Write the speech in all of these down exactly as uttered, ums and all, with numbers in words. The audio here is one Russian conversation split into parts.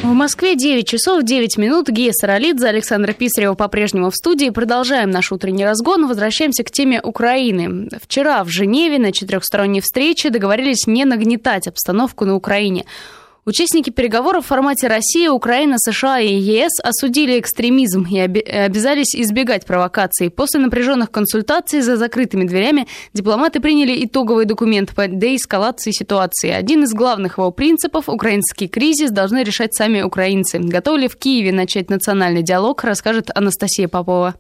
В Москве девять часов девять минут. Гия Саралидзе, Александра Писарева по-прежнему в студии. Продолжаем наш утренний разгон. Возвращаемся к теме Украины. Вчера в Женеве на четырехсторонней встрече договорились не нагнетать обстановку на Украине. Участники переговоров в формате Россия, Украина, США и ЕС осудили экстремизм и обязались избегать провокаций. После напряженных консультаций за закрытыми дверями дипломаты приняли итоговый документ по деэскалации ситуации. Один из главных его принципов – украинский кризис должны решать сами украинцы. Готовы ли в Киеве начать национальный диалог, расскажет Анастасия Попова.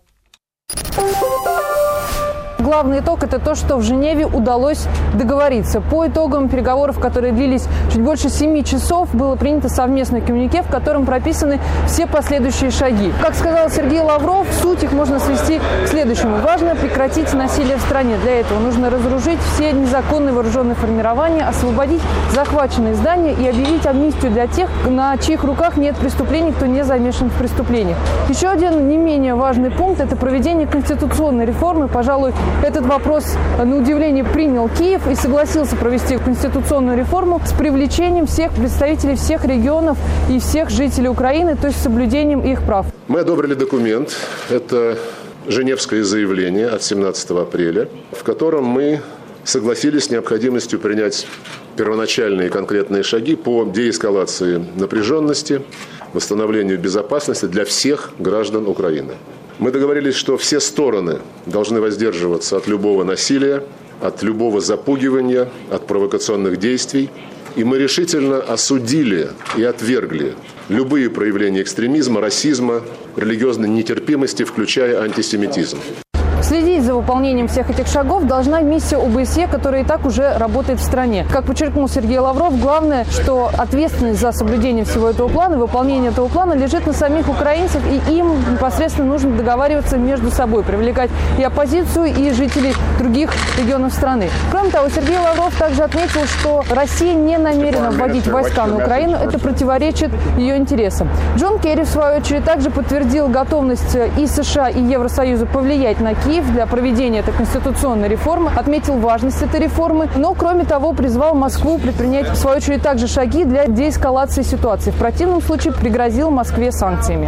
Главный итог – это то, что в Женеве удалось договориться. По итогам переговоров, которые длились чуть больше семи часов, было принято совместное коммюнике, в котором прописаны все последующие шаги. Как сказал Сергей Лавров, суть их можно свести к следующему. Важно прекратить насилие в стране. Для этого нужно разоружить все незаконные вооруженные формирования, освободить захваченные здания и объявить амнистию для тех, на чьих руках нет преступлений, кто не замешан в преступлениях. Еще один не менее важный пункт – это проведение конституционной реформы. Пожалуй, этот вопрос, на удивление, принял Киев и согласился провести конституционную реформу с привлечением всех представителей всех регионов и всех жителей Украины, то есть с соблюдением их прав. Мы одобрили документ. Это Женевское заявление от семнадцатого апреля, в котором мы согласились с необходимостью принять первоначальные конкретные шаги по деэскалации напряженности, восстановлению безопасности для всех граждан Украины. Мы договорились, что все стороны должны воздерживаться от любого насилия, от любого запугивания, от провокационных действий. И мы решительно осудили и отвергли любые проявления экстремизма, расизма, религиозной нетерпимости, включая антисемитизм. Следить за выполнением всех этих шагов должна миссия ОБСЕ, которая и так уже работает в стране. Как подчеркнул Сергей Лавров, главное, что ответственность за соблюдение всего этого плана, выполнение этого плана лежит на самих украинцах, и им непосредственно нужно договариваться между собой, привлекать и оппозицию, и жителей других регионов страны. Кроме того, Сергей Лавров также отметил, что Россия не намерена вводить войска на Украину, это противоречит ее интересам. Джон Керри, в свою очередь, также подтвердил готовность и США, и Евросоюза повлиять на Киев для проведения этой конституционной реформы, отметил важность этой реформы, но, кроме того, призвал Москву предпринять, в свою очередь, также шаги для деэскалации ситуации. В противном случае пригрозил Москве санкциями.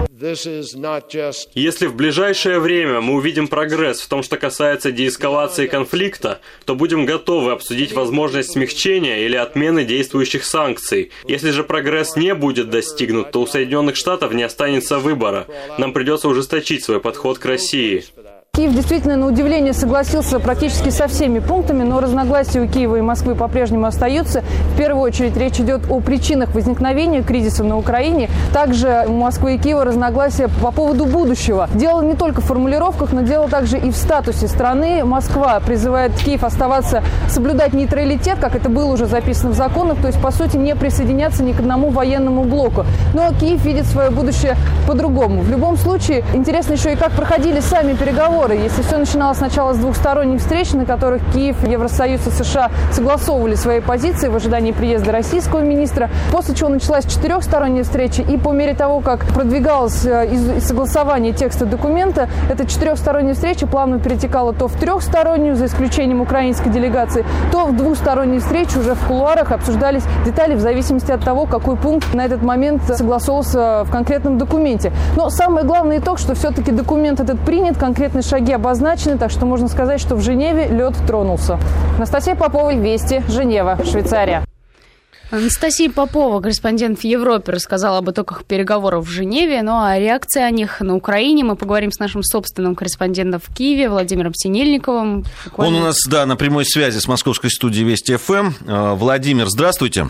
Если в ближайшее время мы увидим прогресс в том, что касается деэскалации конфликта, то будем готовы обсудить возможность смягчения или отмены действующих санкций. Если же прогресс не будет достигнут, то у Соединенных Штатов не останется выбора. Нам придется ужесточить свой подход к России. Киев действительно, на удивление, согласился практически со всеми пунктами, но разногласия у Киева и Москвы по-прежнему остаются. В первую очередь речь идет о причинах возникновения кризиса на Украине. Также у Москвы и Киева разногласия по поводу будущего. Дело не только в формулировках, но дело также и в статусе страны. Москва призывает Киев оставаться, соблюдать нейтралитет, как это было уже записано в законах, то есть, по сути, не присоединяться ни к одному военному блоку. Но Киев видит свое будущее по-другому. В любом случае, интересно еще и как проходили сами переговоры. Если все начиналось сначала с двухсторонних встреч, на которых Киев, Евросоюз и США согласовывали свои позиции в ожидании приезда российского министра, после чего началась четырехсторонняя встреча, и по мере того, как продвигалось согласование текста документа, эта четырехсторонняя встреча плавно перетекала то в трехстороннюю, за исключением украинской делегации, то в двусторонние встречи уже в кулуарах обсуждались детали в зависимости от того, какой пункт на этот момент согласовывался в конкретном документе. Но самый главный итог, что все-таки документ этот принят, конкретный шаг Шаги обозначены, так что можно сказать, что в Женеве лед тронулся. Анастасия Попова, Вести, Женева, Швейцария. Анастасия Попова, корреспондент в Европе, рассказала об итогах переговоров в Женеве. Ну а реакции о них на Украине мы поговорим с нашим собственным корреспондентом в Киеве Владимиром Синельниковым. Буквально... Он у нас, да, на прямой связи с московской студией Вести эф эм. Владимир, здравствуйте.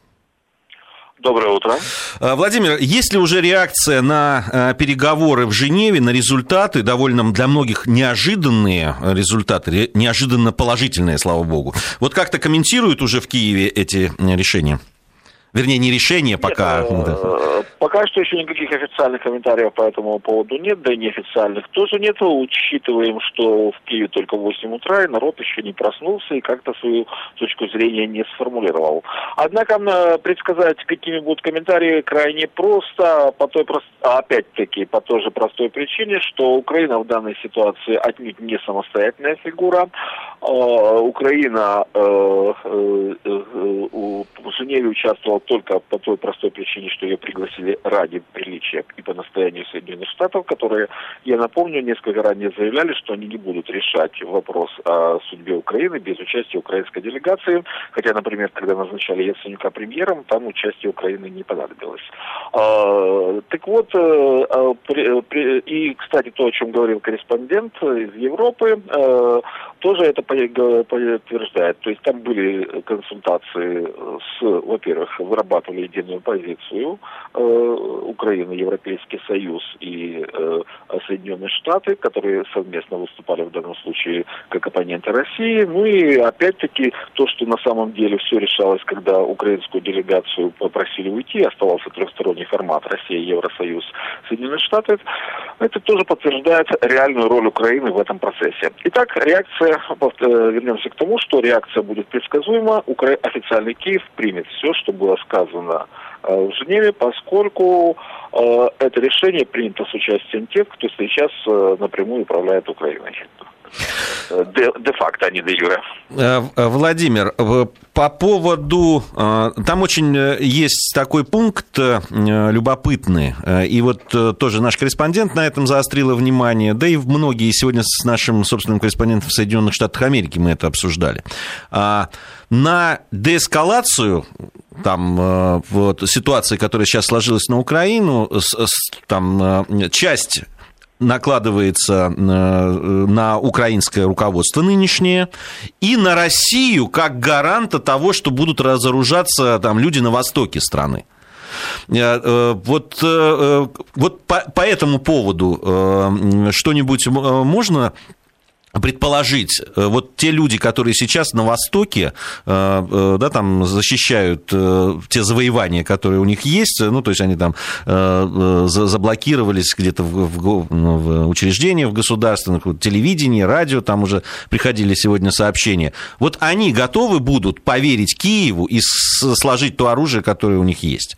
Доброе утро. Владимир, есть ли уже реакция на переговоры в Женеве, на результаты, довольно для многих неожиданные результаты, неожиданно положительные, слава богу? Вот как-то комментируют уже в Киеве эти решения? Вернее, не решение пока. Нет, пока что еще никаких официальных комментариев по этому поводу нет, да и неофициальных тоже нет. Учитываем, что в Киеве только восемь утра, и народ еще не проснулся и как-то свою точку зрения не сформулировал. Однако предсказать, какими будут комментарии, крайне просто, по той прост... опять-таки по той же простой причине, что Украина в данной ситуации отнюдь не самостоятельная фигура. Украина в Женеве участвовала только по той простой причине, что ее пригласили ради приличия и по настоянию Соединенных Штатов, которые, я напомню, несколько ранее заявляли, что они не будут решать вопрос о судьбе Украины без участия украинской делегации. Хотя, например, когда назначали Яценюка премьером, там участие Украины не понадобилось. А, так вот, а, при, при, и, кстати, то, о чем говорил корреспондент из Европы, а, тоже это подтверждает. То есть там были консультации с, во-первых, вырабатывали единую позицию э, Украины, Европейский Союз и э, Соединенные Штаты, которые совместно выступали в данном случае как оппоненты России. Ну и опять-таки то, что на самом деле все решалось, когда украинскую делегацию попросили уйти, оставался трехсторонний формат Россия, Евросоюз, Соединенные Штаты, это тоже подтверждает реальную роль Украины в этом процессе. Итак, реакция, вернемся к тому, что реакция будет предсказуема. Укра... Официальный Киев примет все, что было сказано э, в Женеве, поскольку э, это решение принято с участием тех, кто сейчас э, напрямую управляет Украиной. Де-факто, а не де-юре. Владимир, по поводу... Там очень есть такой пункт любопытный, и вот тоже наш корреспондент на этом заострил внимание, да и многие сегодня с нашим собственным корреспондентом в Соединенных Штатах Америки мы это обсуждали. На деэскалацию там, вот, ситуации, которая сейчас сложилась на Украину, там часть... накладывается на украинское руководство нынешнее и на Россию как гаранта того, что будут разоружаться там люди на востоке страны. Вот, вот по, по этому поводу что-нибудь можно предположить, вот те люди, которые сейчас на Востоке, да, там защищают те завоевания, которые у них есть, ну, то есть они там заблокировались где-то в, в, в учреждениях в государственных, телевидении, радио, там уже приходили сегодня сообщения. Вот они готовы будут поверить Киеву и сложить то оружие, которое у них есть?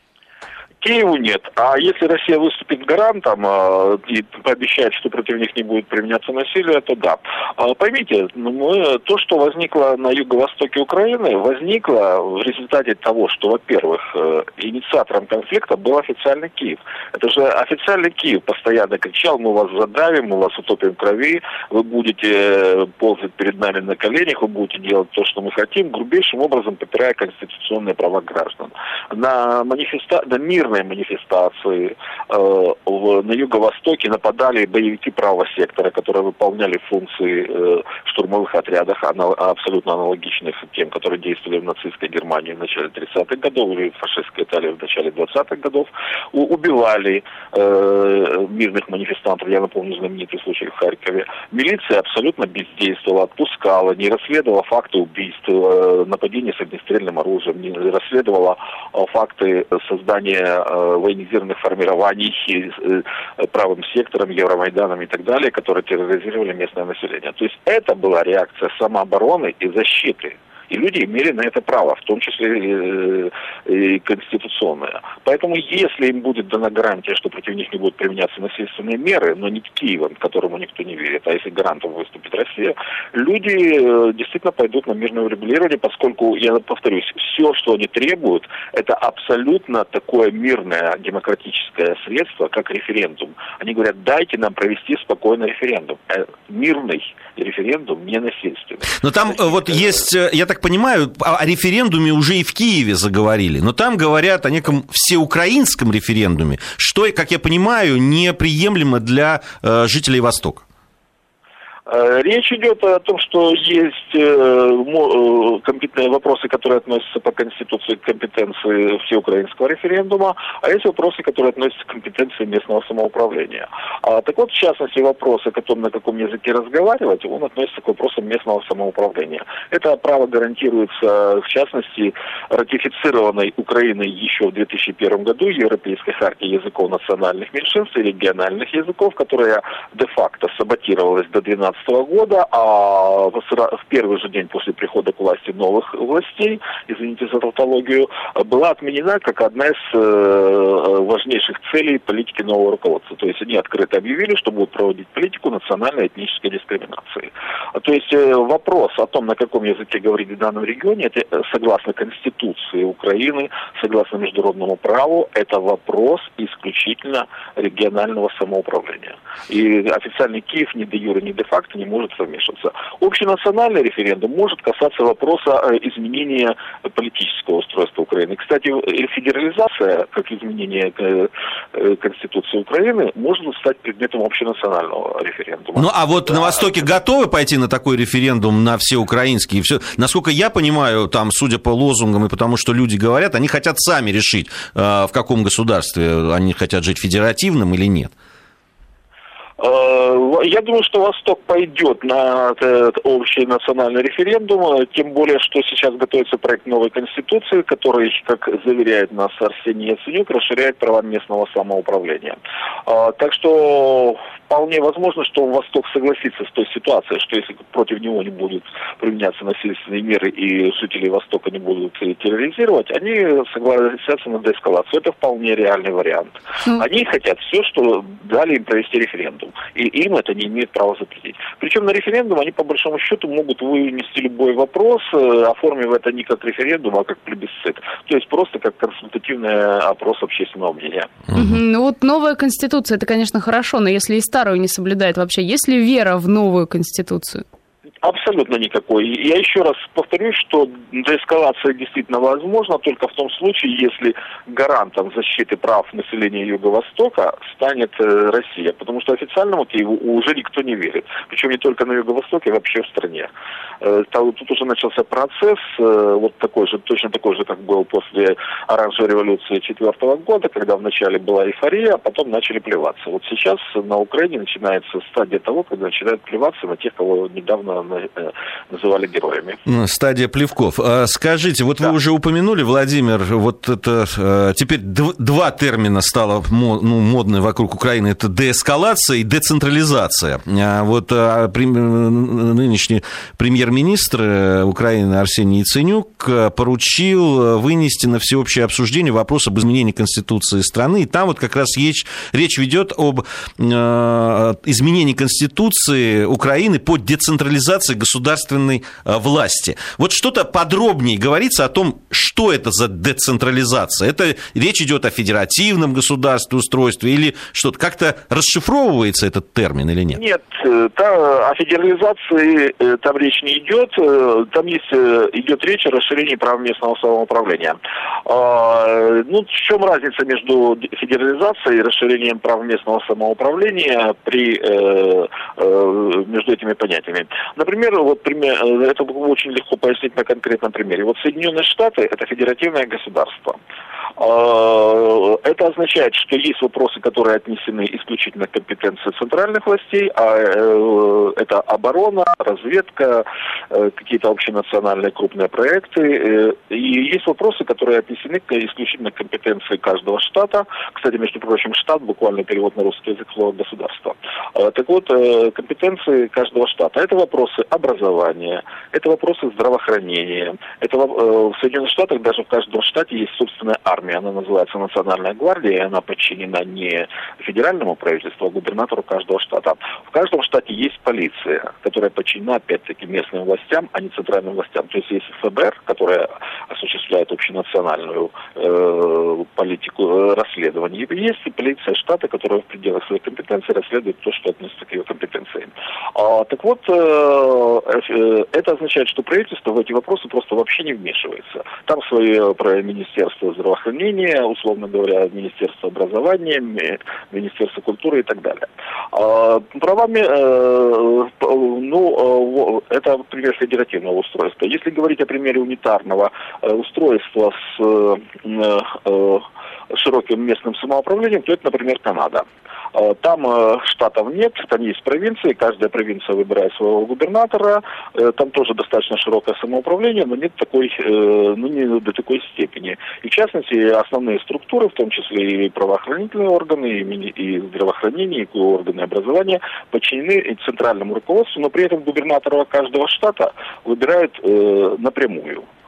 Киеву нет. А если Россия выступит гарантом э, и пообещает, что против них не будет применяться насилие, то да. А, поймите, мы, то, что возникло на юго-востоке Украины, возникло в результате того, что, во-первых, э, инициатором конфликта был официальный Киев. Это же официальный Киев постоянно кричал: мы вас задавим, мы вас утопим в крови, вы будете ползать перед нами на коленях, вы будете делать то, что мы хотим, грубейшим образом попирая конституционные права граждан. На, манифеста... на мирные манифестации э, в, на юго-востоке нападали боевики правого сектора, которые выполняли функции э, в штурмовых отрядах, анал, абсолютно аналогичных тем, которые действовали в нацистской Германии в начале тридцатых годов или в фашистской Италии в начале двадцатых годов. У, убивали э, мирных манифестантов, я напомню знаменитый случай в Харькове. Милиция абсолютно бездействовала, отпускала, не расследовала факты убийств, э, нападений с огнестрельным оружием, не расследовала э, факты создания военизированных формирований правым сектором, Евромайданом и так далее, которые терроризировали местное население. То есть это была реакция самообороны и защиты. И люди имели на это право, в том числе и конституционное. Поэтому если им будет дана гарантия, что против них не будут применяться насильственные меры, но не Киевом, которому никто не верит, а если гарантом выступит Россия, люди действительно пойдут на мирное урегулирование, поскольку, я повторюсь, все, что они требуют, это абсолютно такое мирное демократическое средство, как референдум. Они говорят: дайте нам провести спокойный референдум. Мирный референдум, не насильственный. Но там насильственный. Вот есть, я так понимаю, о референдуме уже и в Киеве заговорили, но там говорят о неком всеукраинском референдуме, что, как я понимаю, неприемлемо для э, жителей Востока. Речь идет о том, что есть компетентные вопросы, которые относятся по Конституции к компетенции всеукраинского референдума, а есть вопросы, которые относятся к компетенции местного самоуправления. А, так вот, в частности, вопрос о том, на каком языке разговаривать, он относится к вопросам местного самоуправления. Это право гарантируется, в частности, ратифицированной Украиной еще в две тысячи первом году Европейской хартии языков национальных меньшинств и региональных языков, которая де-факто саботировалась до две тысячи двенадцатого года, а в первый же день после прихода к власти новых властей, извините за тавтологию, была отменена как одна из важнейших целей политики нового руководства. То есть они открыто объявили, что будут проводить политику национальной этнической дискриминации. То есть вопрос о том, на каком языке говорить в данном регионе, это согласно Конституции Украины, согласно международному праву, это вопрос исключительно регионального самоуправления. И официальный Киев ни де юре, ни де факто не может вмешиваться. Общенациональный референдум может касаться вопроса изменения политического устройства Украины. Кстати, федерализация, как изменение Конституции Украины, может стать предметом общенационального референдума. Ну, а вот да. на Востоке готовы пойти на такой референдум, на всеукраинский? Все? Насколько я понимаю, там, судя по лозунгам и потому, что люди говорят, они хотят сами решить, в каком государстве они хотят жить, федеративным или нет. Я думаю, что Восток пойдет на этот общий национальный референдум, тем более, что сейчас готовится проект новой Конституции, который, как заверяет нас Арсений Яценюк, расширяет права местного самоуправления. Так что вполне возможно, что Восток согласится с той ситуацией, что если против него не будут применяться насильственные меры и жители Востока не будут терроризировать, они согласятся на деэскалацию. Это вполне реальный вариант. Mm. Они хотят все, что дали им провести референдум. И им это не имеет права запретить. Причем на референдум они по большому счету могут вынести любой вопрос, оформив это не как референдум, а как плебисцит. То есть просто как консультативный опрос общественного мнения. Mm-hmm. Ну вот новая Конституция, это, конечно, хорошо, но если и старую не соблюдает вообще, есть ли вера в новую Конституцию? Абсолютно никакой. Я еще раз повторюсь, что деэскалация действительно возможна только в том случае, если гарантом защиты прав населения Юго-Востока станет Россия. Потому что официальному Киеву уже никто не верит. Причем не только на Юго-Востоке, а вообще в стране. Тут уже начался процесс, вот такой же, точно такой же, как был после оранжевой революции четвертого года, когда вначале была эйфория, а потом начали плеваться. Вот сейчас на Украине начинается стадия того, когда начинают плеваться на тех, кого недавно называли героями. Стадия плевков. Скажите, вот да. вы уже упомянули, Владимир, вот это теперь два термина стало ну, модны вокруг Украины, это деэскалация и децентрализация. Вот нынешний премьер-министр Украины Арсений Яценюк поручил вынести на всеобщее обсуждение вопрос об изменении Конституции страны, и там вот как раз речь, речь ведет об изменении Конституции Украины по децентрализации государственной власти. Вот что-то подробнее говорится о том, что это за децентрализация. Это речь идет о федеративном государстве, устройстве или что-то? Как-то расшифровывается этот термин или нет? Нет, та, о федерализации там речь не идет. Там есть, идет речь о расширении прав местного самоуправления. Ну, в чем разница между федерализацией и расширением прав местного самоуправления при, между этими понятиями? Например, вот пример, это очень легко пояснить на конкретном примере. Вот Соединенные Штаты – это федеративное государство. Это означает, что есть вопросы, которые отнесены исключительно к компетенции центральных властей, а это оборона, разведка, какие-то общенациональные крупные проекты. И есть вопросы, которые отнесены исключительно к компетенции каждого штата. Кстати, между прочим, штат, буквально перевод на русский язык, слово государство. Так вот, компетенции каждого штата. Это вопросы образования, это вопросы здравоохранения. Это в Соединенных Штатах даже в каждом штате есть собственная армия. Она называется Национальная гвардия, и она подчинена не федеральному правительству, а губернатору каждого штата. В каждом штате есть полиция, которая подчинена, опять-таки, местным властям, а не центральным властям. То есть есть ФБР, которая осуществляет общенациональную э, политику э, расследования. И есть и полиция штата, которая в пределах своей компетенции расследует то, что относится к ее компетенции. А, так вот, э, э, это означает, что правительство в эти вопросы просто вообще не вмешивается. Там свое про Министерство здравоохранения, условно говоря, Министерство образования, Министерство культуры и так далее. А, правами, э, ну, э, это пример федеративного устройства. Если говорить о примере унитарного э, устройства с э, э, широким местным самоуправлением, то это, например, Канада. Там штатов нет, там есть провинции, каждая провинция выбирает своего губернатора, там тоже достаточно широкое самоуправление, но нет такой, ну, не до такой степени. И в частности, основные структуры, в том числе и правоохранительные органы, и здравоохранение, и органы образования, подчинены центральному руководству, но при этом губернатора каждого штата выбирают напрямую.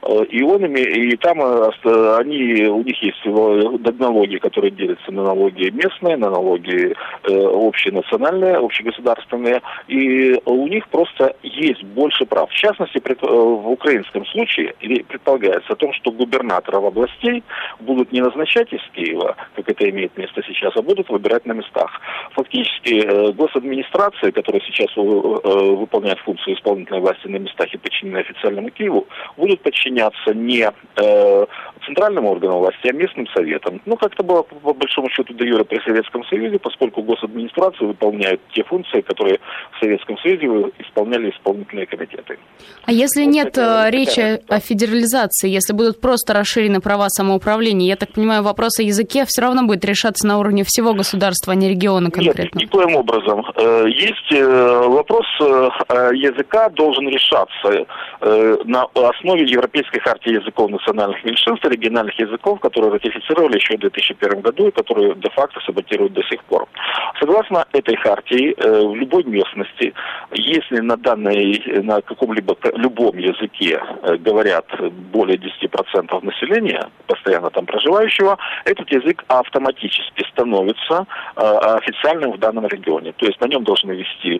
И, он, и там они, у них есть налоги, которые делятся на налоги местные, на налоги общенациональные, общегосударственные, и у них просто есть больше прав. В частности, в украинском случае предполагается о том, что губернаторов областей будут не назначать из Киева, как это имеет место сейчас, а будут выбирать на местах. Фактически госадминистрация, которая сейчас выполняет функцию исполнительной власти на местах и подчинена официальному Киеву, будут подчиняться не э, центральным органам власти, а местным советам. Ну, как это было, по большому счету, де юре при Советском Союзе, поскольку госадминистрации выполняют те функции, которые в Советском Союзе исполняли исполнительные комитеты. А если вот нет это, речи да. о федерализации, если будут просто расширены права самоуправления, я так понимаю, вопрос о языке все равно будет решаться на уровне всего государства, а не региона конкретно? Нет, никоим образом. Есть вопрос языка, должен решаться на основе Европейской хартии языков национальных меньшинств и региональных языков, которые ратифицировали еще в две тысячи первом году и которые де-факто саботируют до сих пор. Согласно этой хартии, в любой местности, если на данной, на каком-либо любом языке говорят более десять процентов населения, постоянно там проживающего, этот язык автоматически становится официальным в данном регионе. То есть на нем должны вести,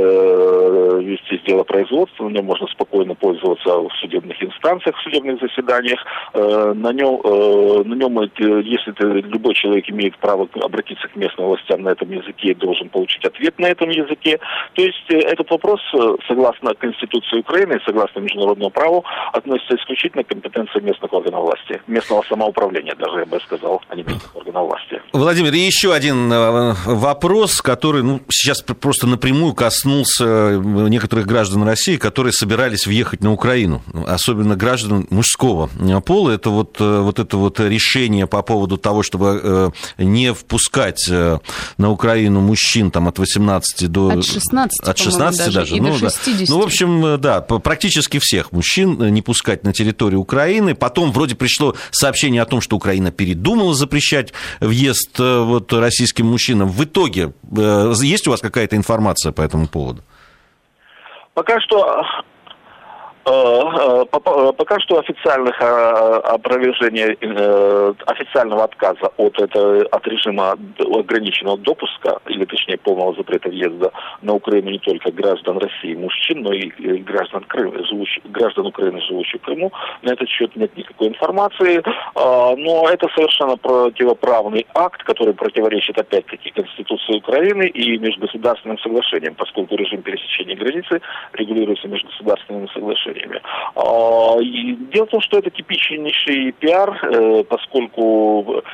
вести делопроизводство, на нем можно спокойно пользоваться в судебных инстанциях, в судебных заседаниях. На нем, на нем если любой человек имеет право обратиться к местным властям на этом языке, должен получить ответ на этом языке. То есть этот вопрос, согласно Конституции Украины, согласно международному праву, относится исключительно к компетенции местных органов власти, местного самоуправления, даже я бы сказал, а не местных органов власти. Владимир, и еще один вопрос, который ну, сейчас просто напрямую коснулся некоторых граждан России, которые собирались въехать на Украину, особенно граждан мужского пола. Это вот, вот это вот решение по поводу того, чтобы не впускать на Украину мужчин там, от восемнадцати до... От шестнадцати, от шестнадцати даже. И ну, до шестидесяти. Да. Ну, в общем, да, практически всех мужчин не пускать на территорию Украины. Потом вроде пришло сообщение о том, что Украина передумала запрещать въезд вот, российским мужчинам. В итоге есть у вас какая-то информация по этому поводу? Пока что... Пока что официальных опровержений, официального отказа от, это, от режима ограниченного допуска, или точнее полного запрета въезда на Украину не только граждан России, мужчин, но и граждан, Крыма, живущих, граждан Украины, живущих в Крыму. На этот счет нет никакой информации, но это совершенно противоправный акт, который противоречит опять-таки Конституции Украины и межгосударственным соглашениям, поскольку режим пересечения границы регулируется межгосударственными соглашениями. Дело в том, что это типичнейший пиар, поскольку,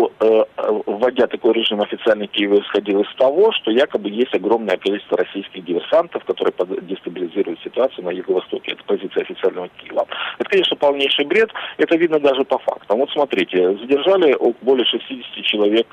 вводя такой режим, официальный Киев исходил из того, что якобы есть огромное количество российских диверсантов, которые дестабилизируют ситуацию на Юго-Востоке. Это позиция официального Киева. Это, конечно, полнейший бред. Это видно даже по фактам. Вот смотрите, задержали более шестидесяти человек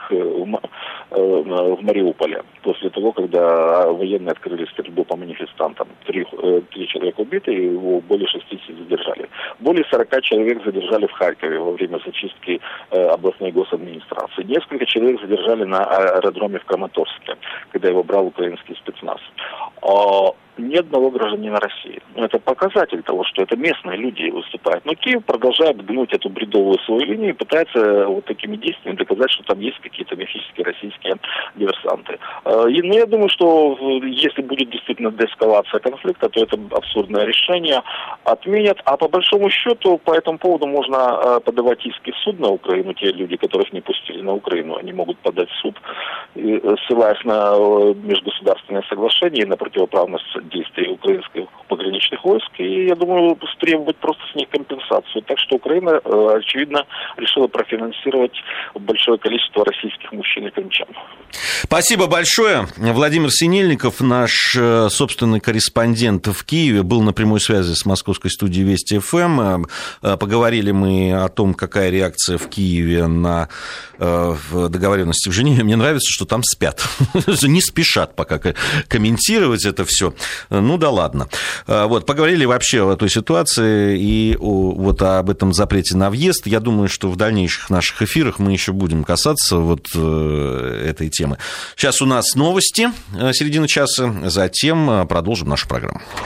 в Мариуполе после того, когда военные открыли стрельбу по манифестантам. Три, три человека убиты, и его более шестидесяти задержали. Более сорока человек задержали в Харькове во время зачистки э, областной госадминистрации. Несколько человек задержали на аэродроме в Краматорске, когда его брал украинский спецназ. А, ни одного гражданина России. Это показатель того, что это местные люди выступают. Но Киев продолжает гнуть эту бредовую свою линию и пытается вот такими действиями доказать, что там есть какие-то мифические российские диверсанты. И, ну, я думаю, что если будет действительно деэскалация конфликта, то это абсурдное решение отменят. А по большому счету по этому поводу можно подавать иски в суд на Украину. Те люди, которых не пустили на Украину, они могут подать в суд, ссылаясь на межгосударственное соглашение, на противоправность действий украинских пограничных войск, и, я думаю, требовать просто с них компенсацию. Так что Украина, очевидно, решила профинансировать большое количество российских мужчин и крымчан. Спасибо большое. Владимир Синельников, наш собственный корреспондент в Киеве, был на прямой связи с московской студией Вести ФМ. Поговорили мы о том, какая реакция в Киеве на договоренности в Женеве. Мне нравится, что там спят. Не спешат пока комментировать это все. Ну да ладно. Вот, поговорили вообще о той ситуации и о, вот об этом запрете на въезд. Я думаю, что в дальнейших наших эфирах мы еще будем касаться вот этой темы. Сейчас у нас новости середины часа, затем продолжим нашу программу.